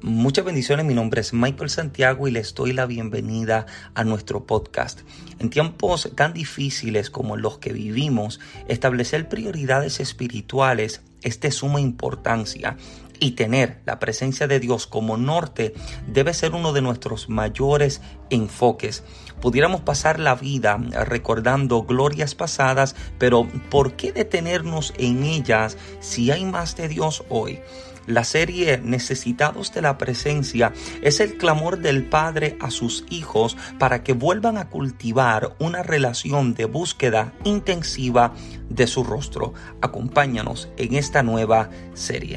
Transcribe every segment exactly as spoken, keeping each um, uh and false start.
Muchas bendiciones, mi nombre es Michael Santiago y les doy la bienvenida a nuestro podcast. En tiempos tan difíciles como los que vivimos, establecer prioridades espirituales es de suma importancia y tener la presencia de Dios como norte debe ser uno de nuestros mayores enfoques. Pudiéramos pasar la vida recordando glorias pasadas, pero ¿por qué detenernos en ellas si hay más de Dios hoy? La serie Necesitados de la Presencia es el clamor del Padre a sus hijos para que vuelvan a cultivar una relación de búsqueda intensiva de su rostro. Acompáñanos en esta nueva serie.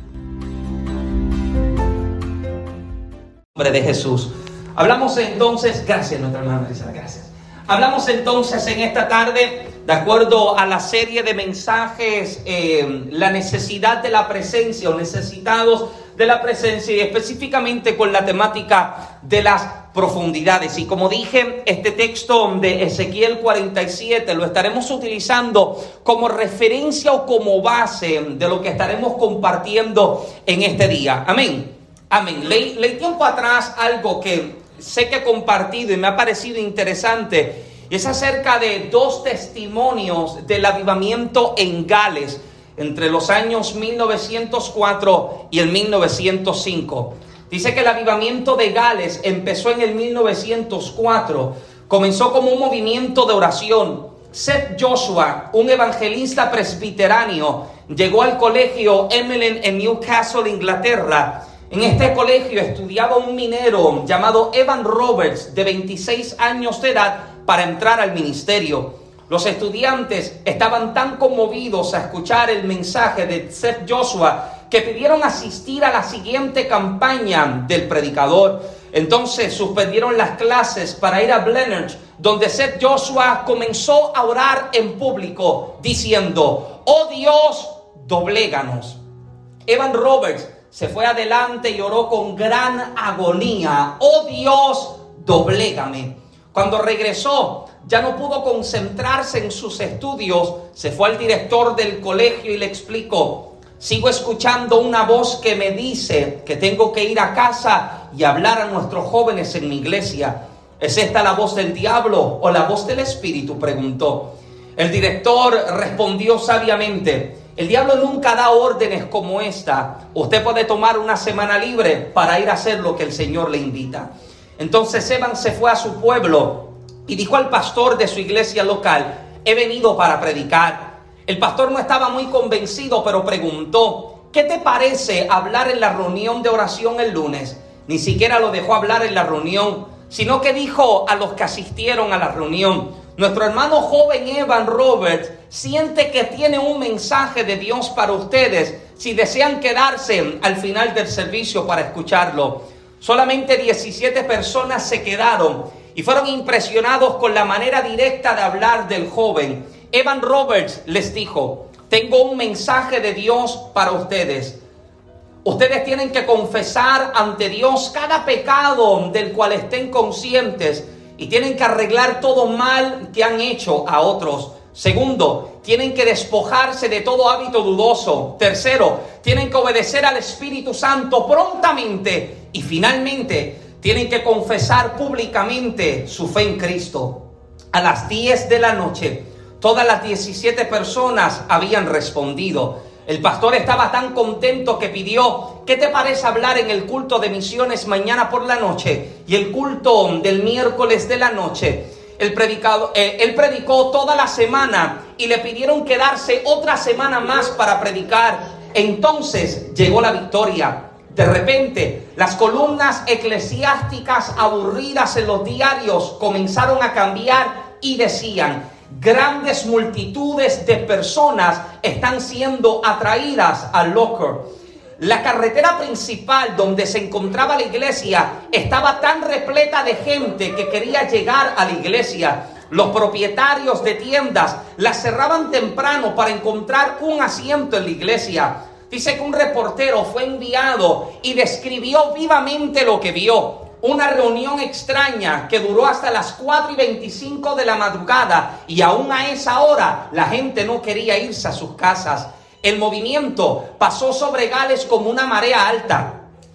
En nombre de Jesús. Hablamos entonces, gracias nuestra hermana Marisa, gracias. Hablamos entonces en esta tarde, de acuerdo a la serie de mensajes, eh, la necesidad de la presencia o necesitados de la presencia y específicamente con la temática de las profundidades. Y como dije, este texto de Ezequiel cuarenta y siete lo estaremos utilizando como referencia o como base de lo que estaremos compartiendo en este día. Amén. Amén. Leí, leí tiempo atrás algo que sé que he compartido y me ha parecido interesante. Y es acerca de dos testimonios del avivamiento en Gales entre los años mil novecientos cuatro y el mil novecientos cinco. Dice que el avivamiento de Gales empezó en el mil novecientos cuatro. Comenzó como un movimiento de oración. Seth Joshua, un evangelista presbiteráneo, llegó al colegio Emmeline en Newcastle, Inglaterra. En este colegio estudiaba un minero llamado Evan Roberts, de veintiséis años de edad, para entrar al ministerio. Los estudiantes estaban tan conmovidos a escuchar el mensaje de Seth Joshua que pidieron asistir a la siguiente campaña del predicador. Entonces suspendieron las clases para ir a Blenheim, donde Seth Joshua comenzó a orar en público diciendo: "Oh Dios, dobléganos". Evan Roberts se fue adelante y oró con gran agonía: "Oh Dios, doblégame". Cuando regresó, ya no pudo concentrarse en sus estudios. Se fue al director del colegio y le explicó: "Sigo escuchando una voz que me dice que tengo que ir a casa y hablar a nuestros jóvenes en mi iglesia. ¿Es esta la voz del diablo o la voz del Espíritu?", preguntó. El director respondió sabiamente: "El diablo nunca da órdenes como esta. Usted puede tomar una semana libre para ir a hacer lo que el Señor le invita". Entonces Evan se fue a su pueblo y dijo al pastor de su iglesia local: "He venido para predicar". El pastor no estaba muy convencido, pero preguntó: "¿Qué te parece hablar en la reunión de oración el lunes?". Ni siquiera lo dejó hablar en la reunión, sino que dijo a los que asistieron a la reunión: "Nuestro hermano joven Evan Roberts siente que tiene un mensaje de Dios para ustedes si desean quedarse al final del servicio para escucharlo". Solamente diecisiete personas se quedaron y fueron impresionados con la manera directa de hablar del joven. Evan Roberts les dijo: "Tengo un mensaje de Dios para ustedes. Ustedes tienen que confesar ante Dios cada pecado del cual estén conscientes y tienen que arreglar todo mal que han hecho a otros. Segundo, tienen que despojarse de todo hábito dudoso. Tercero, tienen que obedecer al Espíritu Santo prontamente. Y finalmente, tienen que confesar públicamente su fe en Cristo". A las diez de la noche, todas las diecisiete personas habían respondido. El pastor estaba tan contento que pidió: "¿Qué te parece hablar en el culto de misiones mañana por la noche y el culto del miércoles de la noche?". El predicado, eh, él predicó toda la semana y le pidieron quedarse otra semana más para predicar. Entonces llegó la victoria. De repente, las columnas eclesiásticas aburridas en los diarios comenzaron a cambiar y decían: "Grandes multitudes de personas están siendo atraídas al Locker". La carretera principal donde se encontraba la iglesia estaba tan repleta de gente que quería llegar a la iglesia. Los propietarios de tiendas las cerraban temprano para encontrar un asiento en la iglesia. Dice que un reportero fue enviado y describió vivamente lo que vio. Una reunión extraña que duró hasta las cuatro y veinticinco de la madrugada y aún a esa hora la gente no quería irse a sus casas. El movimiento pasó sobre Gales como una marea alta.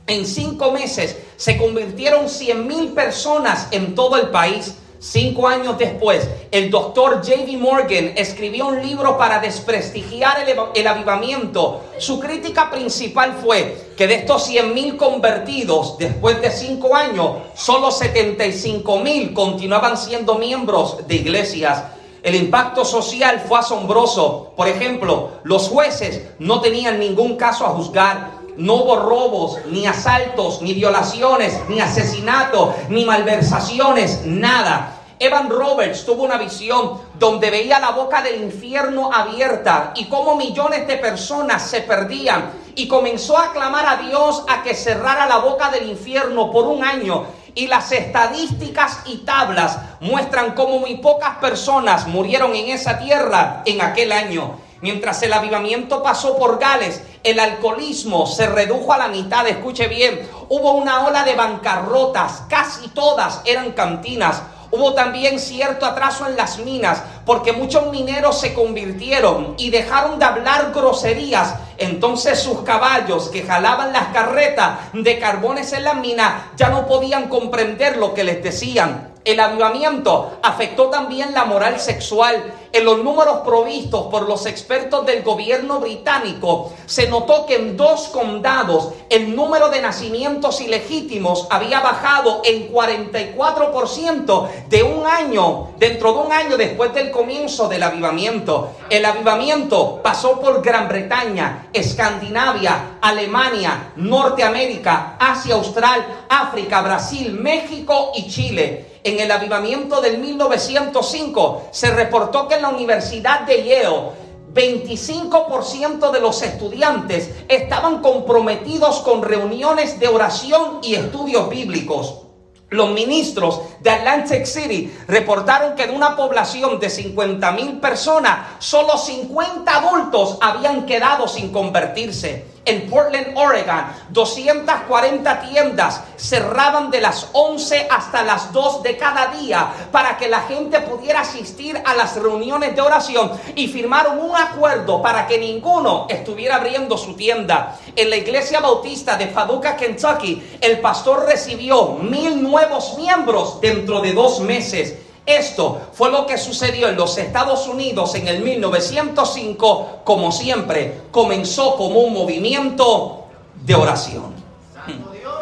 En cinco meses se convirtieron cien mil personas en todo el país. Cinco años después, el doctor J B Morgan escribió un libro para desprestigiar el, el avivamiento. Su crítica principal fue que de estos cien mil convertidos, después de cinco años, solo setenta y cinco mil continuaban siendo miembros de iglesias. El impacto social fue asombroso. Por ejemplo, los jueces no tenían ningún caso a juzgar. No hubo robos, ni asaltos, ni violaciones, ni asesinatos, ni malversaciones, nada. Evan Roberts tuvo una visión donde veía la boca del infierno abierta y cómo millones de personas se perdían, y comenzó a clamar a Dios a que cerrara la boca del infierno por un año. Y las estadísticas y tablas muestran cómo muy pocas personas murieron en esa tierra en aquel año. Mientras el avivamiento pasó por Gales, el alcoholismo se redujo a la mitad. Escuche bien, hubo una ola de bancarrotas, casi todas eran cantinas. Hubo también cierto atraso en las minas, porque muchos mineros se convirtieron y dejaron de hablar groserías. Entonces sus caballos que jalaban las carretas de carbones en la mina ya no podían comprender lo que les decían. El avivamiento afectó también la moral sexual. En los números provistos por los expertos del gobierno británico, se notó que en dos condados el número de nacimientos ilegítimos había bajado en cuarenta y cuatro por ciento de un año, dentro de un año después del comienzo del avivamiento. El avivamiento pasó por Gran Bretaña, Escandinavia, Alemania, Norteamérica, Asia Austral, África, Brasil, México y Chile. En el avivamiento del mil novecientos cinco se reportó que en la Universidad de Yale veinticinco por ciento de los estudiantes estaban comprometidos con reuniones de oración y estudios bíblicos. Los ministros de Atlantic City reportaron que de una población de cincuenta mil personas, solo cincuenta adultos habían quedado sin convertirse. En Portland, Oregon, doscientas cuarenta tiendas cerraban de las once hasta las dos de cada día para que la gente pudiera asistir a las reuniones de oración, y firmaron un acuerdo para que ninguno estuviera abriendo su tienda. En la iglesia bautista de Paducah, Kentucky, el pastor recibió mil nuevos miembros dentro de dos meses. Esto fue lo que sucedió en los Estados Unidos en el mil novecientos cinco. Como siempre, comenzó como un movimiento de oración. Santo Dios.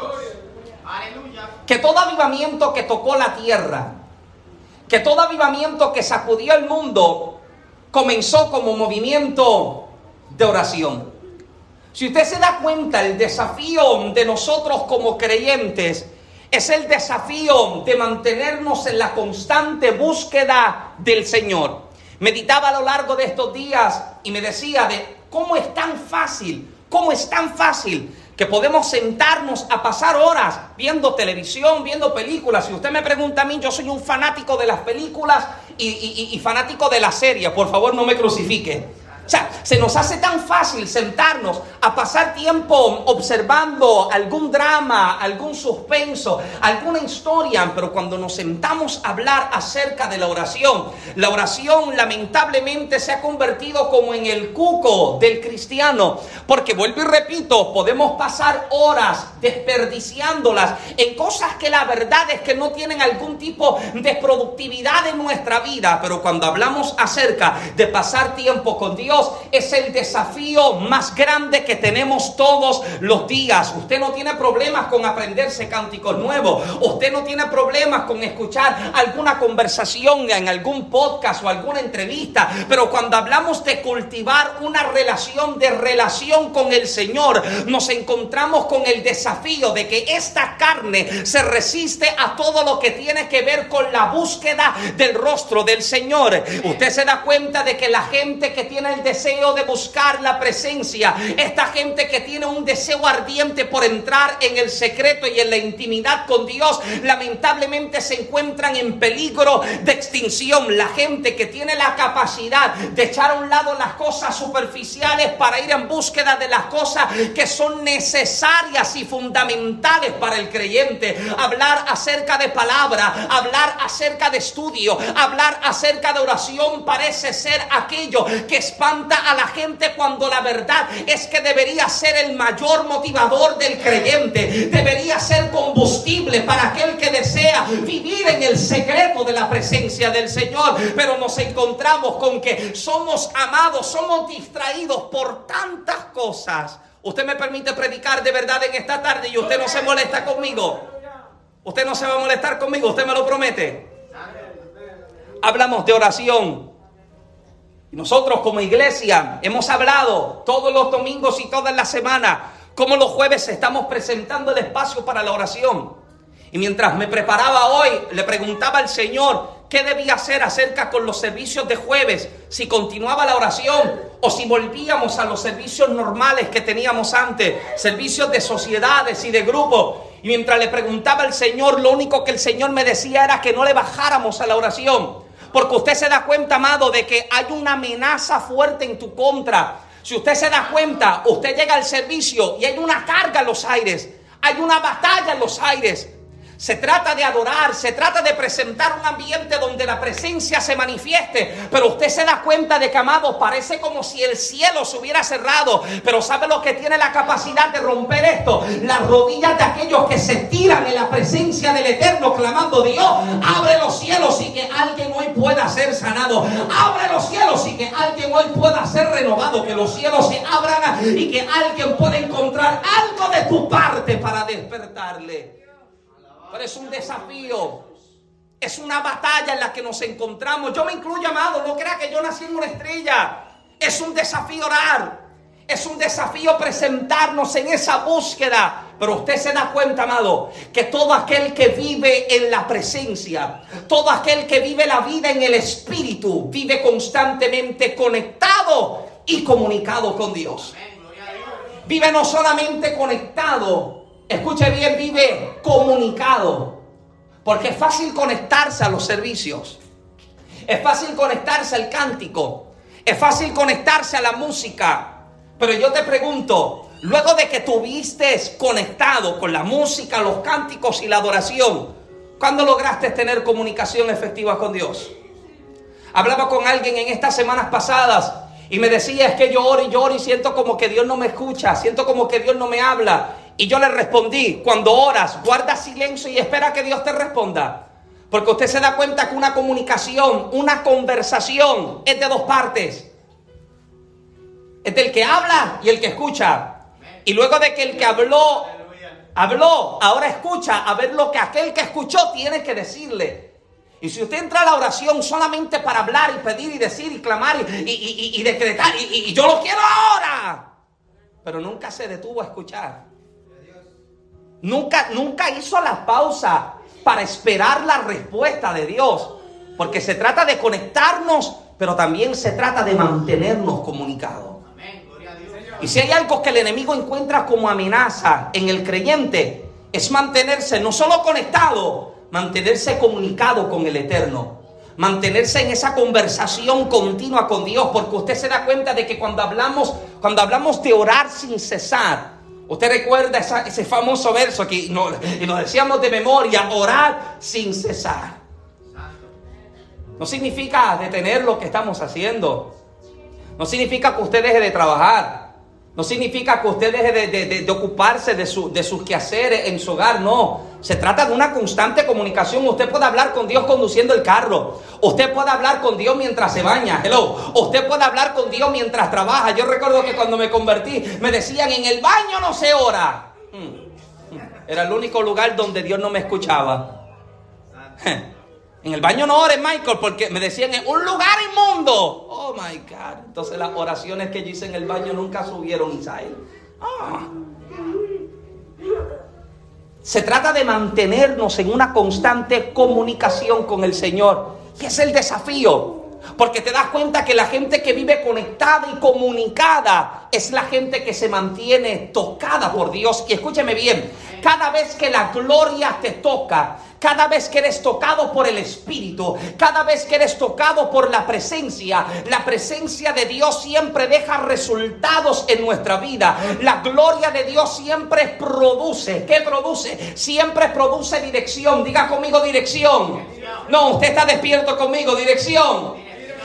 Aleluya. Que todo avivamiento que tocó la tierra, que todo avivamiento que sacudió el mundo, comenzó como movimiento de oración. Si usted se da cuenta, el desafío de nosotros como creyentes es el desafío de mantenernos en la constante búsqueda del Señor. Meditaba a lo largo de estos días y me decía de cómo es tan fácil, cómo es tan fácil que podemos sentarnos a pasar horas viendo televisión, viendo películas. Si usted me pregunta a mí, yo soy un fanático de las películas y, y, y fanático de la serie. Por favor, no me crucifique. O sea, se nos hace tan fácil sentarnos a pasar tiempo observando algún drama, algún suspenso, alguna historia, pero cuando nos sentamos a hablar acerca de la oración, la oración lamentablemente se ha convertido como en el cuco del cristiano, porque vuelvo y repito, podemos pasar horas desperdiciándolas en cosas que la verdad es que no tienen algún tipo de productividad en nuestra vida, pero cuando hablamos acerca de pasar tiempo con Dios, es el desafío más grande que tenemos todos los días. Usted no tiene problemas con aprenderse cánticos nuevos. Usted no tiene problemas con escuchar alguna conversación en algún podcast o alguna entrevista. Pero cuando hablamos de cultivar una relación de relación con el Señor, nos encontramos con el desafío de que esta carne se resiste a todo lo que tiene que ver con la búsqueda del rostro del Señor. Usted se da cuenta de que la gente que tiene el deseo de buscar la presencia, esta gente que tiene un deseo ardiente por entrar en el secreto y en la intimidad con Dios, lamentablemente se encuentran en peligro de extinción. La gente que tiene la capacidad de echar a un lado las cosas superficiales para ir en búsqueda de las cosas que son necesarias y fundamentales para el creyente. Hablar acerca de palabra, hablar acerca de estudio, hablar acerca de oración parece ser aquello que espanta espanta a la gente cuando la verdad es que debería ser el mayor motivador del creyente. Debería ser combustible para aquel que desea vivir en el secreto de la presencia del Señor. Pero nos encontramos con que somos amados, somos distraídos por tantas cosas. Usted me permite predicar de verdad en esta tarde y usted no se molesta conmigo. Usted no se va a molestar conmigo, usted me lo promete. Hablamos de oración. Y nosotros como iglesia hemos hablado todos los domingos y todas las semanas como los jueves estamos presentando el espacio para la oración. Y mientras me preparaba hoy, le preguntaba al Señor qué debía hacer acerca con los servicios de jueves, si continuaba la oración o si volvíamos a los servicios normales que teníamos antes, servicios de sociedades y de grupos. Y mientras le preguntaba al Señor, lo único que el Señor me decía era que no le bajáramos a la oración. Porque usted se da cuenta, amado, de que hay una amenaza fuerte en tu contra. Si usted se da cuenta, usted llega al servicio y hay una carga en los aires, hay una batalla en los aires. Se trata de adorar, se trata de presentar un ambiente donde la presencia se manifieste. Pero usted se da cuenta de que, amado, parece como si el cielo se hubiera cerrado. Pero ¿sabe lo que tiene la capacidad de romper esto? Las rodillas de aquellos que se tiran en la presencia del Eterno clamando: Dios, abre los cielos y que alguien hoy pueda ser sanado. Abre los cielos y que alguien hoy pueda ser renovado. Que los cielos se abran y que alguien pueda encontrar algo de tu parte para despertarle. Pero es un desafío, es una batalla en la que nos encontramos. Yo me incluyo, amado, no crea que yo nací en una estrella. Es un desafío orar, es un desafío presentarnos en esa búsqueda. Pero usted se da cuenta, amado, que todo aquel que vive en la presencia, todo aquel que vive la vida en el Espíritu, vive constantemente conectado y comunicado con Dios. Vive no solamente conectado, escuche bien, vive comunicado. Porque es fácil conectarse a los servicios. Es fácil conectarse al cántico. Es fácil conectarse a la música. Pero yo te pregunto, luego de que tuviste conectado con la música, los cánticos y la adoración, ¿cuándo lograste tener comunicación efectiva con Dios? Hablaba con alguien en estas semanas pasadas y me decía: es que yo oro y lloro y siento como que Dios no me escucha, siento como que Dios no me habla. Y yo le respondí: cuando oras, guarda silencio y espera que Dios te responda. Porque usted se da cuenta que una comunicación, una conversación es de dos partes. Es del que habla y el que escucha. Y luego de que el que habló, habló, ahora escucha a ver lo que aquel que escuchó tiene que decirle. Y si usted entra a la oración solamente para hablar y pedir y decir y clamar y, y, y, y decretar y, y, y yo lo quiero ahora, pero nunca se detuvo a escuchar. Nunca, nunca hizo la pausa para esperar la respuesta de Dios. Porque se trata de conectarnos, pero también se trata de mantenernos comunicados. Y si hay algo que el enemigo encuentra como amenaza en el creyente, es mantenerse no solo conectado, mantenerse comunicado con el Eterno. Mantenerse en esa conversación continua con Dios. Porque usted se da cuenta de que cuando hablamos, cuando hablamos de orar sin cesar, usted recuerda esa, ese famoso verso que no, y lo decíamos de memoria: orar sin cesar. No significa detener lo que estamos haciendo. No significa que usted deje de trabajar. No significa que usted deje de, de, de, de ocuparse de, su, de sus quehaceres en su hogar. No, se trata de una constante comunicación. Usted puede hablar con Dios conduciendo el carro. Usted puede hablar con Dios mientras se baña. Hello. Usted puede hablar con Dios mientras trabaja. Yo recuerdo que cuando me convertí me decían: en el baño no se ora. Era el único lugar donde Dios no me escuchaba. En el baño no ores, Michael, porque me decían: en un lugar inmundo. Oh my God. Entonces las oraciones que yo hice en el baño nunca subieron, Isael. Oh. Se trata de mantenernos en una constante comunicación con el Señor. Y es el desafío. Porque te das cuenta que la gente que vive conectada y comunicada es la gente que se mantiene tocada por Dios. Y escúcheme bien, cada vez que la gloria te toca, cada vez que eres tocado por el Espíritu, cada vez que eres tocado por la presencia, la presencia de Dios siempre deja resultados en nuestra vida. La gloria de Dios siempre produce. ¿Qué produce? Siempre produce dirección. Diga conmigo: dirección. No, usted está despierto conmigo. Dirección.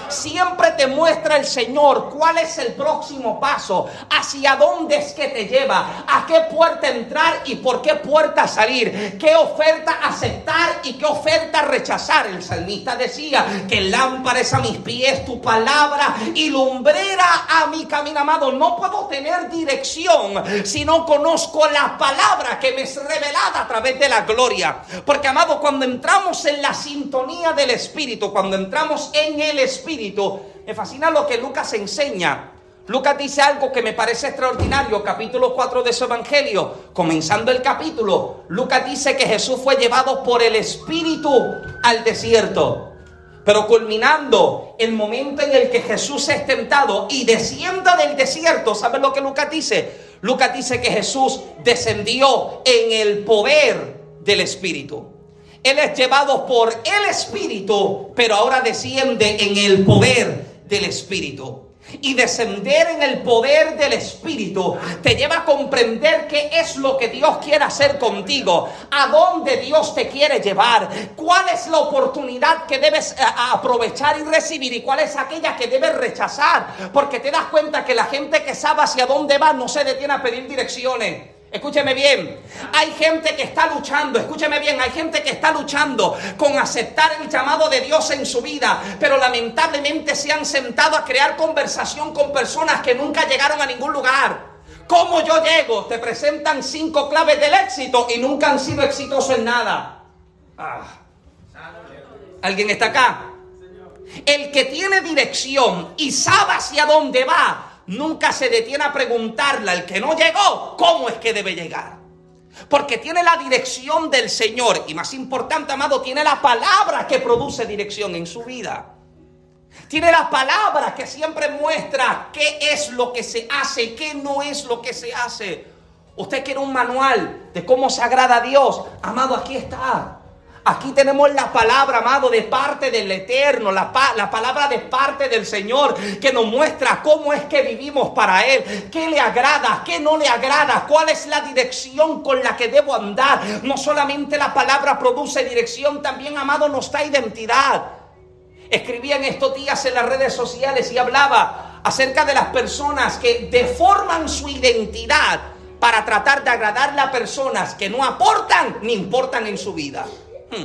Siempre te muestra el Señor cuál es el próximo paso, hacia dónde es que te lleva, a qué puerta entrar y por qué puerta salir, qué oferta aceptar y qué oferta rechazar. El salmista decía que lámpara es a mis pies tu palabra y lumbrera a mi camino. Amado, no puedo tener dirección si no conozco la palabra que me es revelada a través de la gloria. Porque, amado, cuando entramos en la sintonía del Espíritu, cuando entramos en el Espíritu, me fascina lo que Lucas enseña. Lucas dice algo que me parece extraordinario, capítulo cuatro de su evangelio, comenzando el capítulo. Lucas dice que Jesús fue llevado por el Espíritu al desierto, pero culminando el momento en el que Jesús es tentado y desciende del desierto. ¿Saben lo que Lucas dice? Lucas dice que Jesús descendió en el poder del Espíritu. Él es llevado por el Espíritu, pero ahora desciende en el poder del Espíritu. Y descender en el poder del Espíritu te lleva a comprender qué es lo que Dios quiere hacer contigo, a dónde Dios te quiere llevar, cuál es la oportunidad que debes aprovechar y recibir y cuál es aquella que debes rechazar. Porque te das cuenta que la gente que sabe hacia dónde va no se detiene a pedir direcciones. Escúcheme bien, hay gente que está luchando, escúcheme bien, hay gente que está luchando con aceptar el llamado de Dios en su vida, pero lamentablemente se han sentado a crear conversación con personas que nunca llegaron a ningún lugar. ¿Cómo yo llego? Te presentan cinco claves del éxito y nunca han sido exitosos en nada. Ah. ¿Alguien está acá? El que tiene dirección y sabe hacia dónde va, nunca se detiene a preguntarle al que no llegó cómo es que debe llegar. Porque tiene la dirección del Señor. Y más importante, amado, tiene la palabra que produce dirección en su vida. Tiene la palabra que siempre muestra qué es lo que se hace, qué no es lo que se hace. Usted quiere un manual de cómo se agrada a Dios. Amado, aquí está. Aquí tenemos la palabra, amado, de parte del Eterno, la, pa- la palabra de parte del Señor, que nos muestra cómo es que vivimos para Él, qué le agrada, qué no le agrada, cuál es la dirección con la que debo andar. No solamente la palabra produce dirección, también, amado, nos da identidad. Escribía en estos días en las redes sociales y hablaba acerca de las personas que deforman su identidad para tratar de agradar a personas que no aportan ni importan en su vida. Hmm.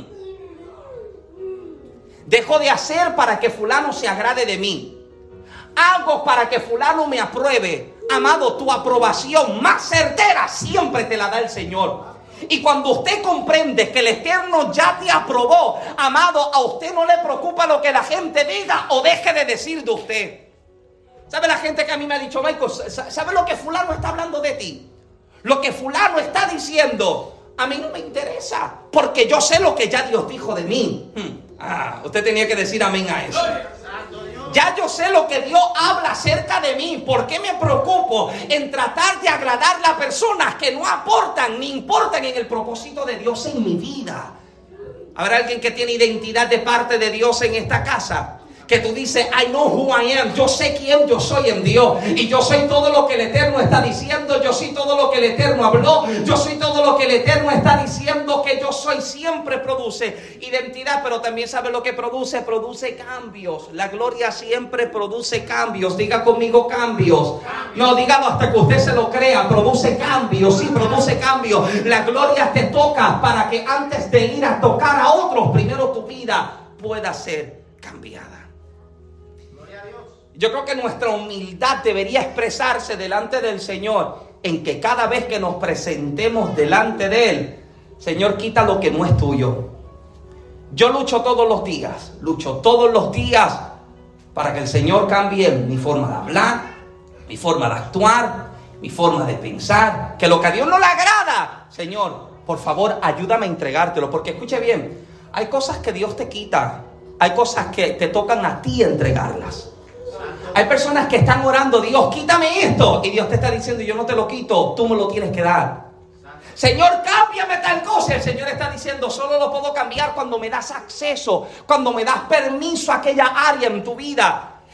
Dejo de hacer para que fulano se agrade de mí. Hago para que fulano me apruebe. Amado, tu aprobación más certera siempre te la da el Señor. Y cuando usted comprende que el Eterno ya te aprobó, amado, a usted no le preocupa lo que la gente diga o deje de decir de usted. ¿Sabe la gente que a mí me ha dicho, Michael, ¿sabe lo que fulano está hablando de ti? Lo que fulano está diciendo, a mí no me interesa, porque yo sé lo que ya Dios dijo de mí. Hmm. Ah, usted tenía que decir amén a eso. Ya yo sé lo que Dios habla acerca de mí. ¿Por qué me preocupo en tratar de agradar a las personas que no aportan ni importan en el propósito de Dios en mi vida? ¿Habrá alguien que tiene identidad de parte de Dios en esta casa? Que tú dices, I know who I am. Yo sé quién yo soy en Dios. Y yo soy todo lo que el Eterno está diciendo. Yo soy todo lo que el Eterno habló. Yo soy todo lo que el Eterno está diciendo que yo soy. Siempre produce identidad, pero también sabe lo que produce. Produce cambios. La gloria siempre produce cambios. Diga conmigo cambios. No, dígalo hasta que usted se lo crea. Produce cambios. Sí, produce cambios. La gloria te toca para que antes de ir a tocar a otros, primero tu vida pueda ser cambiada. Yo creo que nuestra humildad debería expresarse delante del Señor en que cada vez que nos presentemos delante de Él, Señor, quita lo que no es tuyo. Yo lucho todos los días, lucho todos los días para que el Señor cambie mi forma de hablar, mi forma de actuar, mi forma de pensar, que lo que a Dios no le agrada, Señor, por favor, ayúdame a entregártelo, porque escuche bien, hay cosas que Dios te quita, hay cosas que te tocan a ti entregarlas. Hay personas que están orando, Dios, quítame esto. Y Dios te está diciendo, yo no te lo quito, tú me lo tienes que dar. Señor, cámbiame tal cosa. El Señor está diciendo, solo lo puedo cambiar cuando me das acceso, cuando me das permiso a aquella área en tu vida.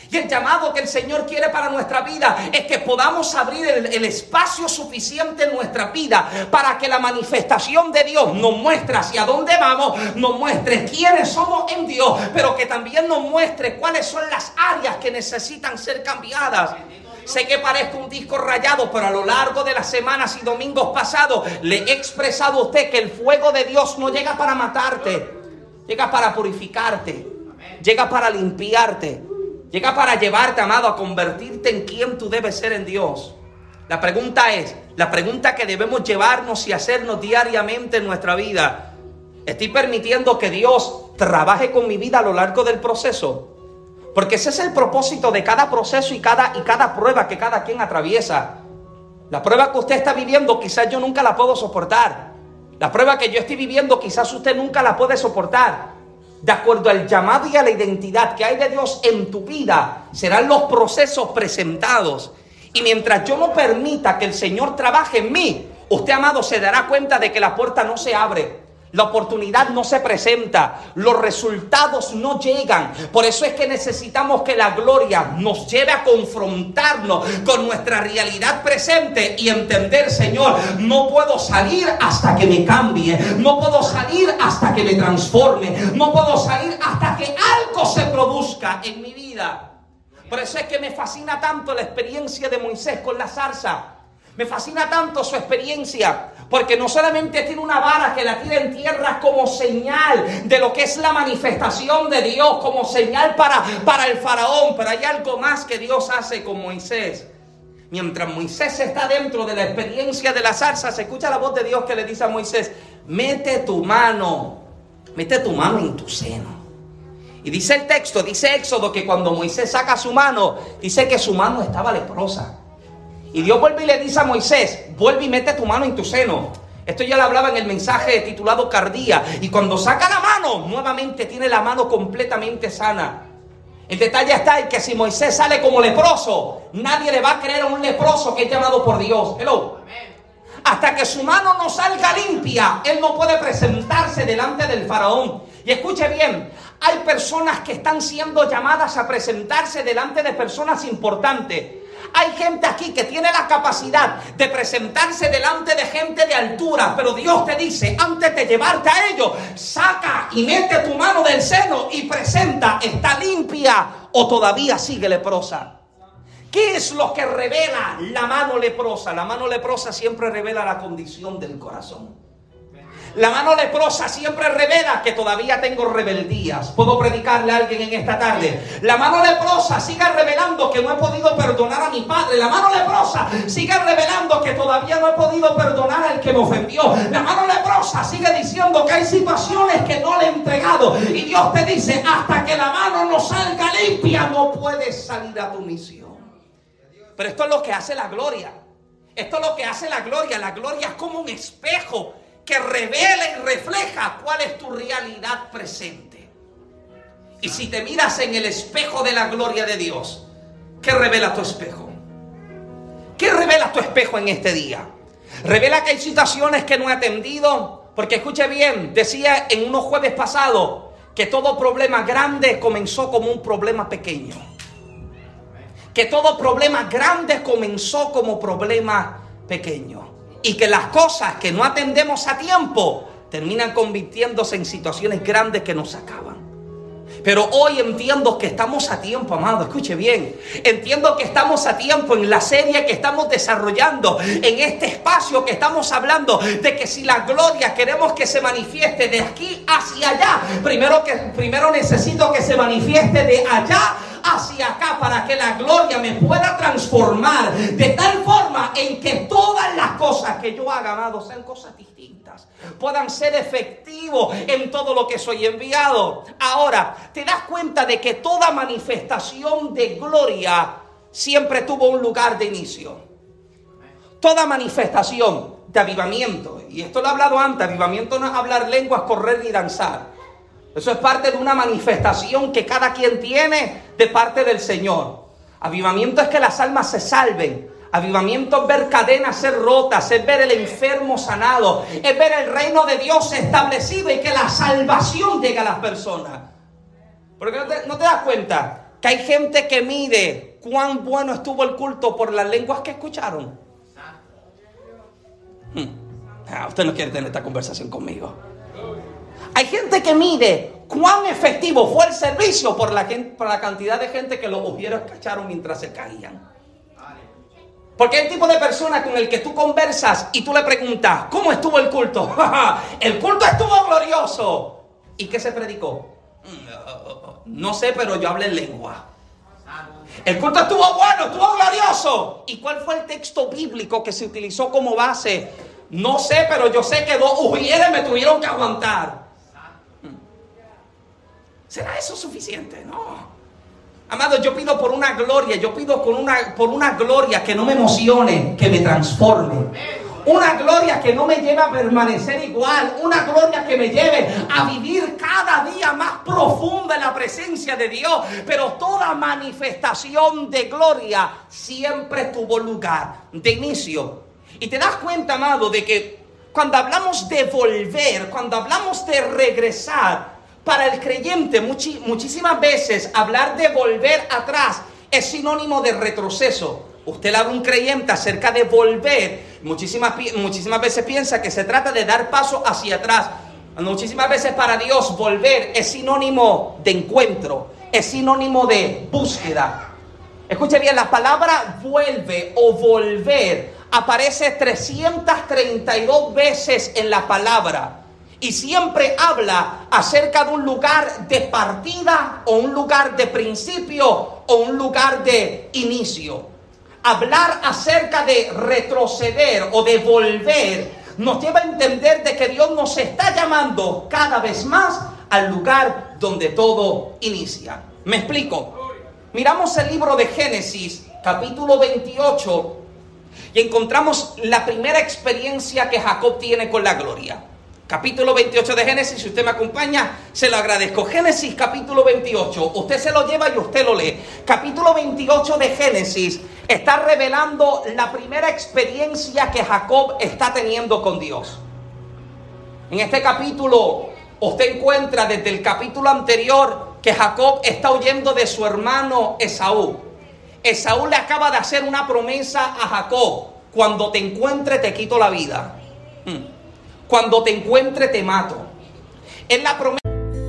Y el llamado que el Señor quiere para nuestra vida es que podamos abrir el, el espacio suficiente en nuestra vida para que la manifestación de Dios nos muestre hacia dónde vamos, nos muestre quiénes somos en Dios, pero que también nos muestre cuáles son las áreas que necesitan ser cambiadas. Sé que parezco un disco rayado, pero a lo largo de las semanas y domingos pasados le he expresado a usted que el fuego de Dios no llega para matarte, llega para purificarte, llega para limpiarte. Llega para llevarte, amado, a convertirte en quien tú debes ser en Dios. La pregunta es, la pregunta que debemos llevarnos y hacernos diariamente en nuestra vida: ¿estoy permitiendo que Dios trabaje con mi vida a lo largo del proceso? Porque ese es el propósito de cada proceso y cada, y cada prueba que cada quien atraviesa. La prueba que usted está viviendo quizás yo nunca la puedo soportar. La prueba que yo estoy viviendo quizás usted nunca la puede soportar. De acuerdo al llamado y a la identidad que hay de Dios en tu vida, serán los procesos presentados. Y mientras yo no permita que el Señor trabaje en mí, usted, amado, se dará cuenta de que la puerta no se abre, la oportunidad no se presenta, los resultados no llegan. Por eso es que necesitamos que la gloria nos lleve a confrontarnos con nuestra realidad presente y entender: Señor, no puedo salir hasta que me cambie, no puedo salir hasta que me transforme, no puedo salir hasta que algo se produzca en mi vida. Por eso es que me fascina tanto la experiencia de Moisés con la zarza. Me fascina tanto su experiencia, porque no solamente tiene una vara que la tira en tierra como señal de lo que es la manifestación de Dios, como señal para, para el faraón, pero hay algo más que Dios hace con Moisés. Mientras Moisés está dentro de la experiencia de la zarza, se escucha la voz de Dios que le dice a Moisés: mete tu mano, mete tu mano en tu seno. Y dice el texto, dice Éxodo, que cuando Moisés saca su mano, dice que su mano estaba leprosa. Y Dios vuelve y le dice a Moisés: vuelve y mete tu mano en tu seno. Esto ya lo hablaba en el mensaje titulado Cardía. Y cuando saca la mano, nuevamente tiene la mano completamente sana. El detalle está en que si Moisés sale como leproso, nadie le va a creer a un leproso que es llamado por Dios. Hello. Hasta que su mano no salga limpia, él no puede presentarse delante del faraón. Y escuche bien, hay personas que están siendo llamadas a presentarse delante de personas importantes. Hay gente aquí que tiene la capacidad de presentarse delante de gente de altura, pero Dios te dice, antes de llevarte a ellos, saca y mete tu mano del seno y presenta: ¿está limpia o todavía sigue leprosa? ¿Qué es lo que revela la mano leprosa? La mano leprosa siempre revela la condición del corazón. La mano leprosa siempre revela que todavía tengo rebeldías. ¿Puedo predicarle a alguien en esta tarde? La mano leprosa sigue revelando que no he podido perdonar a mi padre. La mano leprosa sigue revelando que todavía no he podido perdonar al que me ofendió. La mano leprosa sigue diciendo que hay situaciones que no le he entregado. Y Dios te dice: hasta que la mano no salga limpia, no puedes salir a tu misión. Pero esto es lo que hace la gloria. Esto es lo que hace la gloria. La gloria es como un espejo que revela y refleja cuál es tu realidad presente. Y si te miras en el espejo de la gloria de Dios, ¿qué revela tu espejo? ¿Qué revela tu espejo en este día? Revela que hay situaciones que no he atendido. Porque escuche bien, decía en unos jueves pasados que todo problema grande comenzó como un problema pequeño. Que todo problema grande comenzó como problema pequeño. Y que las cosas que no atendemos a tiempo terminan convirtiéndose en situaciones grandes que nos acaban. Pero hoy entiendo que estamos a tiempo, amado. Escuche bien. Entiendo que estamos a tiempo en la serie que estamos desarrollando, en este espacio que estamos hablando, de que si la gloria queremos que se manifieste de aquí hacia allá, primero, que, primero necesito que se manifieste de allá hacia acá, para que la gloria me pueda transformar de tal forma en que todas las cosas que yo haga, amado, sean cosas distintas, puedan ser efectivos en todo lo que soy enviado. Ahora, te das cuenta de que toda manifestación de gloria siempre tuvo un lugar de inicio. Toda manifestación de avivamiento, y esto lo he hablado antes, avivamiento no es hablar lenguas, correr y danzar. Eso es parte de una manifestación que cada quien tiene de parte del Señor. Avivamiento es que las almas se salven. Avivamiento es ver cadenas ser rotas, es ver el enfermo sanado, es ver el reino de Dios establecido y que la salvación llegue a las personas. Porque no te, no te das cuenta que hay gente que mide cuán bueno estuvo el culto por las lenguas que escucharon. Hmm. Ah, usted no quiere tener esta conversación conmigo. Hay gente que mide cuán efectivo fue el servicio por la, gente, por la cantidad de gente que los ujieros cacharon mientras se caían. Porque hay el tipo de persona con el que tú conversas y tú le preguntas, ¿cómo estuvo el culto? El culto estuvo glorioso. ¿Y qué se predicó? No sé, pero yo hablé en lengua. El culto estuvo bueno, estuvo glorioso. ¿Y cuál fue el texto bíblico que se utilizó como base? No sé, pero yo sé que dos ujieres me tuvieron que aguantar. ¿Será eso suficiente? No. Amado, yo pido por una gloria, yo pido por una, por una gloria que no me emocione, que me transforme. Una gloria que no me lleve a permanecer igual. Una gloria que me lleve a vivir cada día más profunda en la presencia de Dios. Pero toda manifestación de gloria siempre tuvo lugar de inicio. Y te das cuenta, amado, de que cuando hablamos de volver, cuando hablamos de regresar, para el creyente muchi, muchísimas veces hablar de volver atrás es sinónimo de retroceso. Usted le habla a un creyente acerca de volver, muchísimas, muchísimas veces piensa que se trata de dar paso hacia atrás. Muchísimas veces para Dios volver es sinónimo de encuentro, es sinónimo de búsqueda. Escuche bien, la palabra vuelve o volver aparece trescientas treinta y dos veces en la palabra. Y siempre habla acerca de un lugar de partida o un lugar de principio o un lugar de inicio. Hablar acerca de retroceder o de volver nos lleva a entender de que Dios nos está llamando cada vez más al lugar donde todo inicia. Me explico. Miramos el libro de Génesis, capítulo veintiocho, y encontramos la primera experiencia que Jacob tiene con la gloria. Capítulo veintiocho de Génesis, si usted me acompaña, se lo agradezco. Génesis capítulo veintiocho, usted se lo lleva y usted lo lee. Capítulo veintiocho de Génesis está revelando la primera experiencia que Jacob está teniendo con Dios. En este capítulo, usted encuentra desde el capítulo anterior que Jacob está huyendo de su hermano Esaú. Esaú le acaba de hacer una promesa a Jacob: cuando te encuentre te quito la vida. Hmm. Cuando te encuentre te mato. Es la promesa.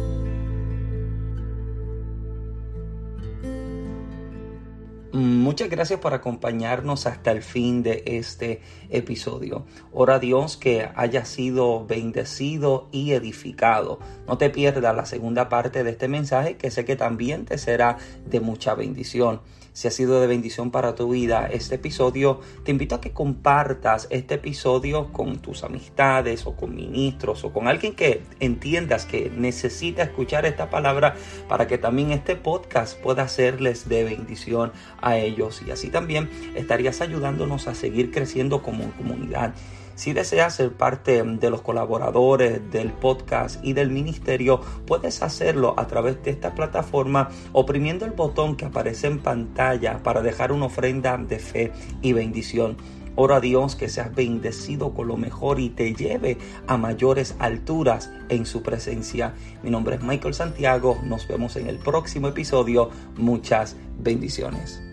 Muchas gracias por acompañarnos hasta el fin de este episodio. Ora a Dios que haya sido bendecido y edificado. No te pierdas la segunda parte de este mensaje, que sé que también te será de mucha bendición. Si ha sido de bendición para tu vida este episodio, te invito a que compartas este episodio con tus amistades o con ministros o con alguien que entiendas que necesita escuchar esta palabra, para que también este podcast pueda serles de bendición a ellos. Y así también estarías ayudándonos a seguir creciendo como comunidad. Si deseas ser parte de los colaboradores del podcast y del ministerio, puedes hacerlo a través de esta plataforma oprimiendo el botón que aparece en pantalla para dejar una ofrenda de fe y bendición. Oro a Dios que seas bendecido con lo mejor y te lleve a mayores alturas en su presencia. Mi nombre es Michael Santiago. Nos vemos en el próximo episodio. Muchas bendiciones.